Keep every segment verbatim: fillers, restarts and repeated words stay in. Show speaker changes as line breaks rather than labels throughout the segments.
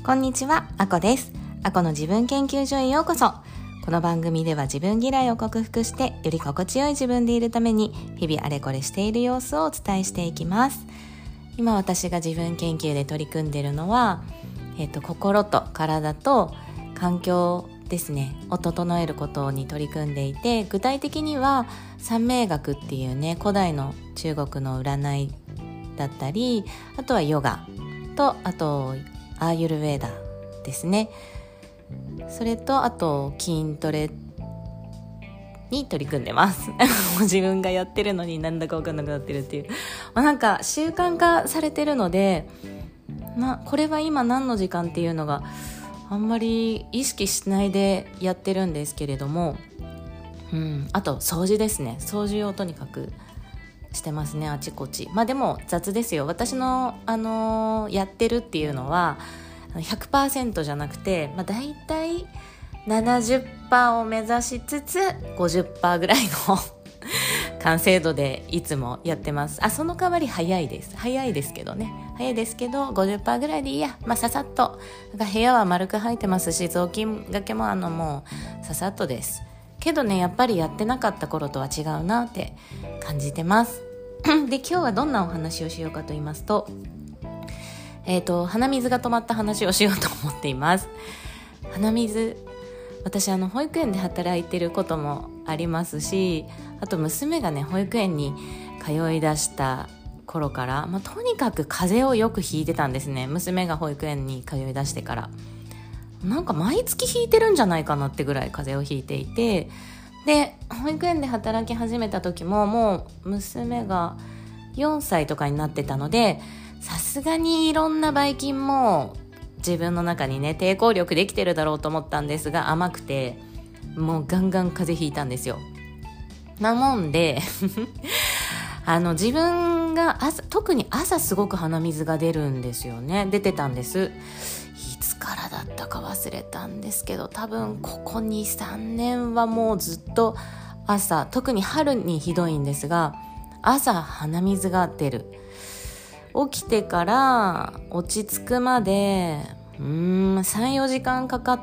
こんにちは、あこです。あこの自分研究所へようこそ。この番組では自分嫌いを克服してより心地よい自分でいるために日々あれこれしている様子をお伝えしていきます。今私が自分研究で取り組んでいるのは、えーと、心と体と環境ですねを整えることに取り組んでいて、具体的には三名学っていうね古代の中国の占いだったり、あとはヨガとあとアーユルヴェーダですね。それとあと筋トレに取り組んでますもう自分がやってるのになんだか分かんなくなってるっていう、まあ、なんか習慣化されてるので、なこれは今何の時間っていうのがあんまり意識しないでやってるんですけれども、うん、あと掃除ですね。掃除をとにかくしてますね、あちこち。まあでも雑ですよ。私の、あのー、やってるっていうのは ひゃくパーセント じゃなくて、まあ、だいたい ななじゅっパーセント を目指しつつ ごじゅっパーセント ぐらいの完成度でいつもやってます。あ、その代わり早いです早いですけどね早いですけど ごじゅっパーセント ぐらいでいいや、まあ、ささっと。なんか部屋は丸く入ってますし、雑巾がけもあのもうささっとですけどね、やっぱりやってなかった頃とは違うなって感じてますで、今日はどんなお話をしようかと言いますと、えーと鼻水が止まった話をしようと思っています。鼻水、私あの保育園で働いてることもありますし、あと娘がね保育園に通い出した頃から、まあ、とにかく風邪をよくひいてたんですね。娘が保育園に通い出してからなんか毎月ひいてるんじゃないかなってぐらい風邪をひいていて、で保育園で働き始めた時ももう娘がよんさいとかになってたので、さすがにいろんなばい菌も自分の中にね抵抗力できてるだろうと思ったんですが、甘くてもうガンガン風邪ひいたんですよ。なもんであの自分が朝特に朝すごく鼻水が出るんですよね。出てたんです。いつからだったか忘れたんですけど、多分ここ にさんねんはもうずっと朝、特に春にひどいんですが、朝鼻水が出る。起きてから落ち着くまでうーん さんよじかんかかって、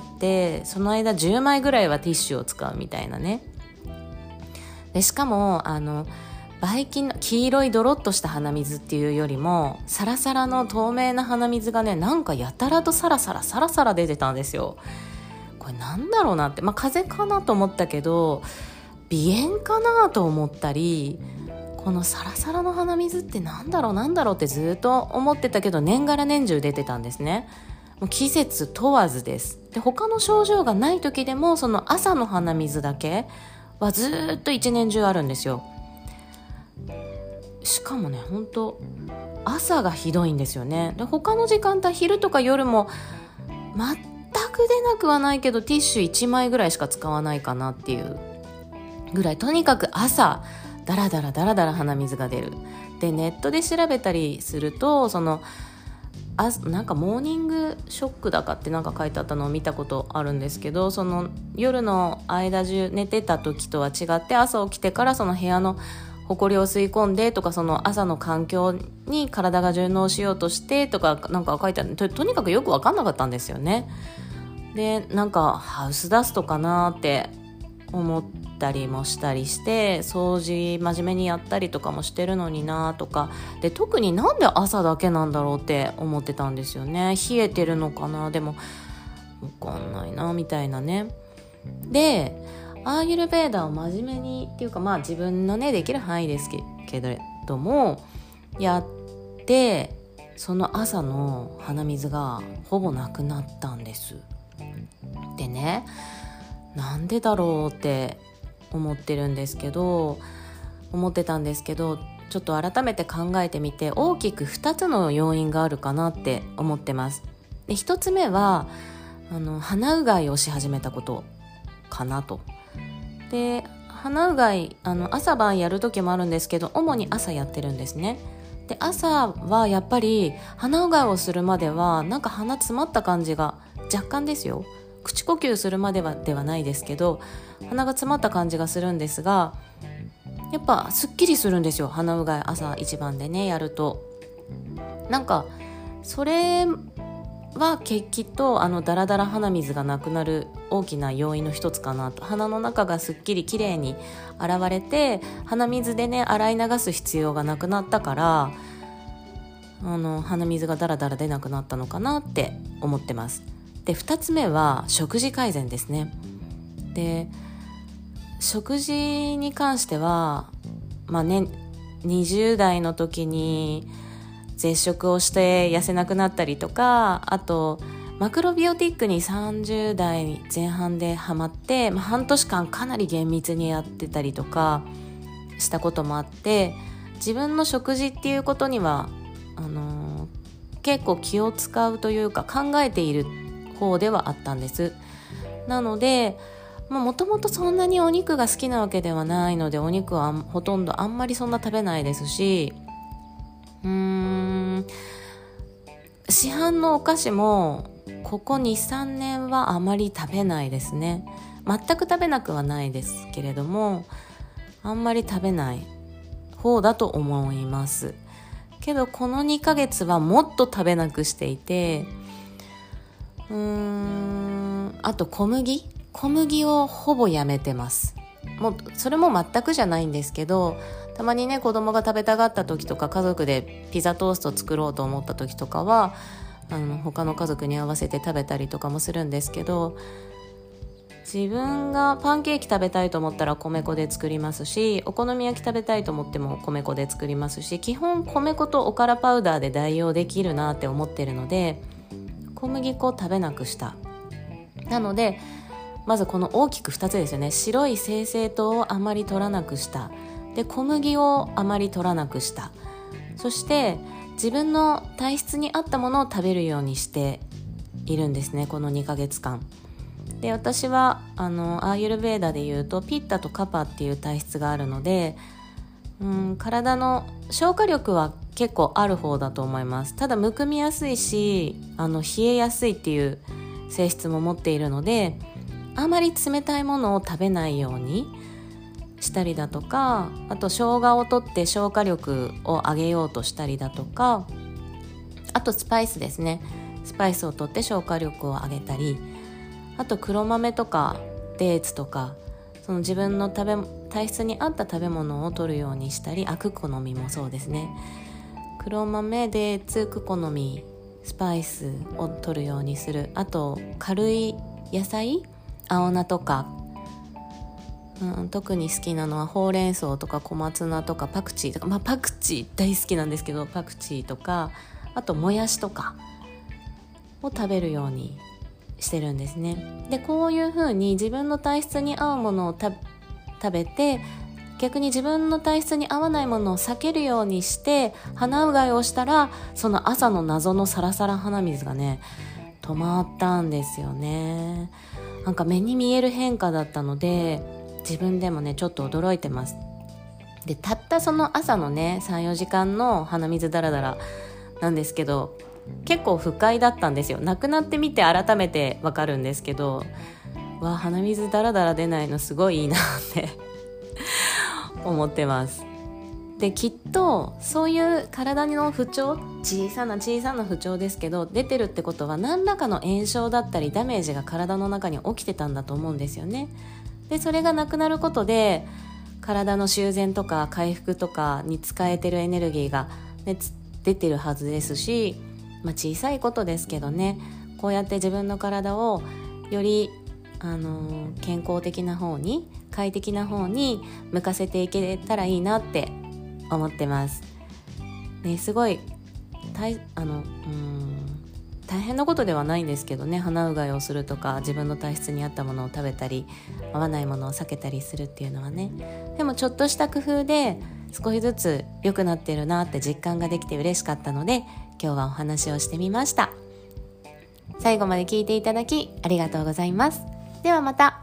その間じゅうまいぐらいはティッシュを使うみたいなね。でしかもあのばい菌の黄色いドロッとした鼻水っていうよりもサラサラの透明な鼻水がね、なんかやたらとサラサラサラサラ出てたんですよ。これなんだろうなって、まあ風邪かなと思ったけど鼻炎かなと思ったり、このサラサラの鼻水ってなんだろうなんだろうってずっと思ってたけど、年がら年中出てたんですね。もう季節問わずです。で他の症状がない時でもその朝の鼻水だけはずっと一年中あるんですよ。しかもね、本当朝がひどいんですよね。で他の時間帯、昼とか夜も全く出なくはないけどティッシュいちまいぐらいしか使わないかなっていうぐらい、とにかく朝ダラダラダラダラ鼻水が出る。でネットで調べたりすると、そのあなんかモーニングショックだかってなんか書いてあったのを見たことあるんですけど、その夜の間中寝てた時とは違って朝起きてからその部屋の埃を吸い込んでとか、その朝の環境に体が順応しようとしてとかなんか書いてある。 と, とにかくよく分かんなかったんですよね。でなんかハウスダストかなって思ったりもしたりして、掃除真面目にやったりとかもしてるのになとかで、特になんで朝だけなんだろうって思ってたんですよね。冷えてるのかな、でも分かんないなみたいなね。でアーユルヴェーダを真面目にっていうか、まあ自分のねできる範囲ですけれどもやって、その朝の鼻水がほぼなくなったんです。でね、なんでだろうって思ってるんですけど思ってたんですけどちょっと改めて考えてみて、大きくふたつの要因があるかなって思ってます。でひとつめはあの鼻うがいをし始めたことかなと。で鼻うがいあの朝晩やる時もあるんですけど、主に朝やってるんですね。で朝はやっぱり鼻うがいをするまではなんか鼻詰まった感じが若干ですよ。口呼吸するまではではないですけど鼻が詰まった感じがするんですが、やっぱすっきりするんですよ。鼻うがい朝一番でねやると。なんかそれはきっとあのダラダラ鼻水がなくなる大きな要因の一つかなと。鼻の中がすっきりきれいに洗われて、鼻水でね洗い流す必要がなくなったから、あの鼻水がダラダラ出なくなったのかなって思ってます。でふたつめは食事改善ですね。で食事に関してはまあね、にじゅう代の時に絶食をして痩せなくなったりとか、あとマクロビオティックにさんじゅう代前半でハマって、まあ、半年間かなり厳密にやってたりとかしたこともあって、自分の食事っていうことにはあのー、結構気を使うというか考えている方ではあったんです。なのでもともとそんなにお肉が好きなわけではないので、お肉はほとんどあんまりそんな食べないですし、うーん市販のお菓子もここ に,さん 年はあまり食べないですね。全く食べなくはないですけれども、あんまり食べない方だと思いますけど、このにかげつはもっと食べなくしていて、うーんあと小麦小麦をほぼやめてます。もうそれも全くじゃないんですけど、たまにね子供が食べたがった時とか、家族でピザトースト作ろうと思った時とかはあの他の家族に合わせて食べたりとかもするんですけど、自分がパンケーキ食べたいと思ったら米粉で作りますし、お好み焼き食べたいと思っても米粉で作りますし、基本米粉とおからパウダーで代用できるなって思ってるので、小麦粉を食べなくした。なのでまずこの大きくふたつですよね。白い精製糖をあまり取らなくした。で小麦をあまり取らなくした。そして自分の体質に合ったものを食べるようにしているんですね、このにかげつかんで。私はあのアーユルヴェーダでいうとピッタとカパっていう体質があるので、うん体の消化力は結構ある方だと思います。ただむくみやすいし、あの冷えやすいっていう性質も持っているので、あまり冷たいものを食べないようにしたりだとか、あと生姜を取って消化力を上げようとしたりだとか、あとスパイスですね。スパイスを取って消化力を上げたり、あと黒豆とかデーツとか、その自分の食べ体質に合った食べ物を取るようにしたり、あクコの実もそうですね。黒豆、デーツ、クコの実、スパイスを取るようにする。あと軽い野菜、青菜とか、うん、特に好きなのはほうれん草とか小松菜とかパクチーとか、まあ、パクチー大好きなんですけど、パクチーとか、あともやしとかを食べるようにしてるんですね。でこういう風に自分の体質に合うものをた食べて、逆に自分の体質に合わないものを避けるようにして鼻うがいをしたら、その朝の謎のサラサラ鼻水がね止まったんですよね。なんか目に見える変化だったので、自分でもねちょっと驚いてます。でたったその朝のね さん,よ 時間の鼻水ダラダラなんですけど、結構不快だったんですよ。亡くなってみて改めてわかるんですけど、わ鼻水ダラダラ出ないのすごいいいなって思ってます。できっとそういう体の不調、小さな小さな不調ですけど出てるってことは、何らかの炎症だったりダメージが体の中に起きてたんだと思うんですよね。でそれがなくなることで体の修繕とか回復とかに使えてるエネルギーが、ね、出てるはずですし、まあ、小さいことですけどね、こうやって自分の体をより、あのー、健康的な方に快適な方に向かせていけたらいいなって思ってます、ね、すごい大、あのうーん大変なことではないんですけどね、鼻うがいをするとか自分の体質に合ったものを食べたり合わないものを避けたりするっていうのはね、でもちょっとした工夫で少しずつ良くなってるなって実感ができて嬉しかったので、今日はお話をしてみました。最後まで聞いていただきありがとうございます。ではまた。